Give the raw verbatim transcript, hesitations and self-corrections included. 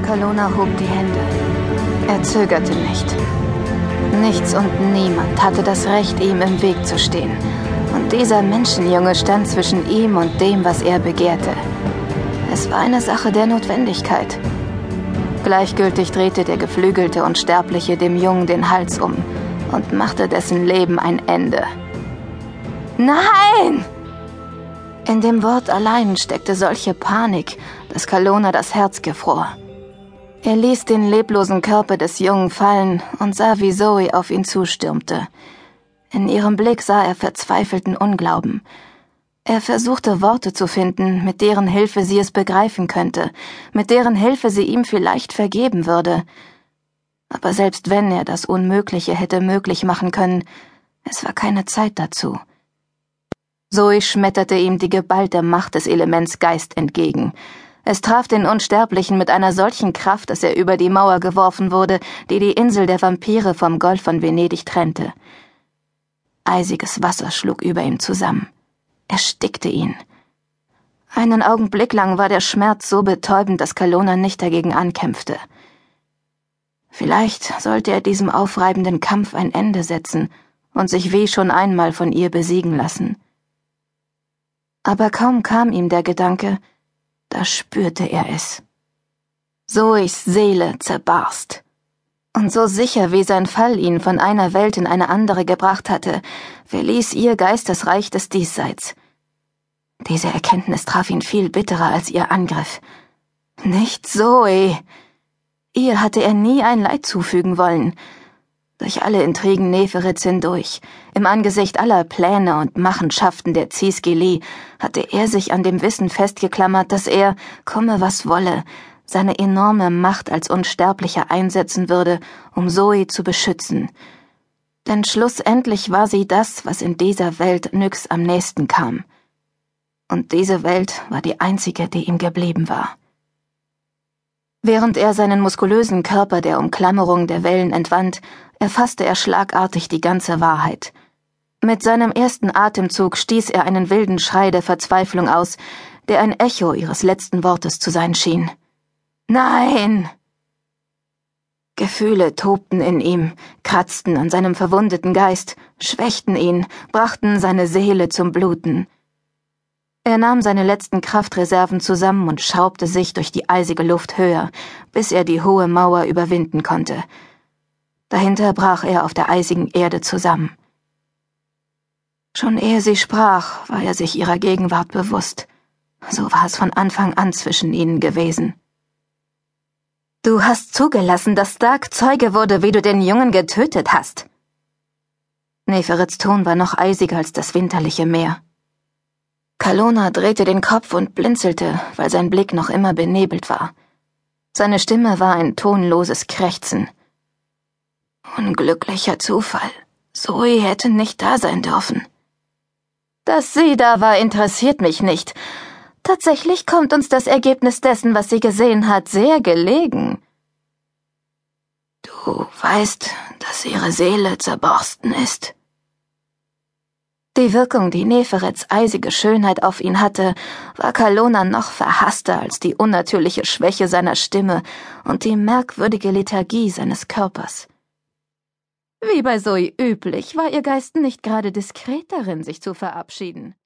Kalona hob die Hände. Er zögerte nicht. Nichts und niemand hatte das Recht, ihm im Weg zu stehen. Und dieser Menschenjunge stand zwischen ihm und dem, was er begehrte. Es war eine Sache der Notwendigkeit. Gleichgültig drehte der geflügelte Unsterbliche dem Jungen den Hals um und machte dessen Leben ein Ende. Nein! In dem Wort allein steckte solche Panik, dass Kalona das Herz gefror. Er ließ den leblosen Körper des Jungen fallen und sah, wie Zoe auf ihn zustürmte. In ihrem Blick sah er verzweifelten Unglauben. Er versuchte Worte zu finden, mit deren Hilfe sie es begreifen könnte, mit deren Hilfe sie ihm vielleicht vergeben würde. Aber selbst wenn er das Unmögliche hätte möglich machen können, es war keine Zeit dazu. Zoe schmetterte ihm die geballte Macht des Elements Geist entgegen. Es traf den Unsterblichen mit einer solchen Kraft, dass er über die Mauer geworfen wurde, die die Insel der Vampire vom Golf von Venedig trennte. Eisiges Wasser schlug über ihm zusammen. Erstickte ihn. Einen Augenblick lang war der Schmerz so betäubend, dass Kalona nicht dagegen ankämpfte. Vielleicht sollte er diesem aufreibenden Kampf ein Ende setzen und sich wie schon einmal von ihr besiegen lassen. Aber kaum kam ihm der Gedanke, da spürte er es. Zoes Seele zerbarst. Und so sicher wie sein Fall ihn von einer Welt in eine andere gebracht hatte, verließ ihr Geistesreich des Diesseits. Diese Erkenntnis traf ihn viel bitterer als ihr Angriff. Nicht Zoe! Ihr hatte er nie ein Leid zufügen wollen. Durch alle Intrigen Neferits hindurch, im Angesicht aller Pläne und Machenschaften der Ziskili, hatte er sich an dem Wissen festgeklammert, dass er, komme was wolle, seine enorme Macht als Unsterblicher einsetzen würde, um Zoe zu beschützen. Denn schlussendlich war sie das, was in dieser Welt Nyx am nächsten kam. Und diese Welt war die einzige, die ihm geblieben war. Während er seinen muskulösen Körper der Umklammerung der Wellen entwand, erfasste er schlagartig die ganze Wahrheit. Mit seinem ersten Atemzug stieß er einen wilden Schrei der Verzweiflung aus, der ein Echo ihres letzten Wortes zu sein schien. Nein! Gefühle tobten in ihm, kratzten an seinem verwundeten Geist, schwächten ihn, brachten seine Seele zum Bluten. Er nahm seine letzten Kraftreserven zusammen und schraubte sich durch die eisige Luft höher, bis er die hohe Mauer überwinden konnte. Dahinter brach er auf der eisigen Erde zusammen. Schon ehe sie sprach, war er sich ihrer Gegenwart bewusst. So war es von Anfang an zwischen ihnen gewesen. »Du hast zugelassen, dass Stark Zeuge wurde, wie du den Jungen getötet hast.« Neferits Ton war noch eisiger als das winterliche Meer. Kalona drehte den Kopf und blinzelte, weil sein Blick noch immer benebelt war. Seine Stimme war ein tonloses Krächzen. Unglücklicher Zufall. Zoe hätte nicht da sein dürfen. Dass sie da war, interessiert mich nicht. Tatsächlich kommt uns das Ergebnis dessen, was sie gesehen hat, sehr gelegen. Du weißt, dass ihre Seele zerborsten ist. Die Wirkung, die Neferits eisige Schönheit auf ihn hatte, war Kalona noch verhasster als die unnatürliche Schwäche seiner Stimme und die merkwürdige Lethargie seines Körpers. Wie bei Zoe üblich, war ihr Geist nicht gerade diskret darin, sich zu verabschieden.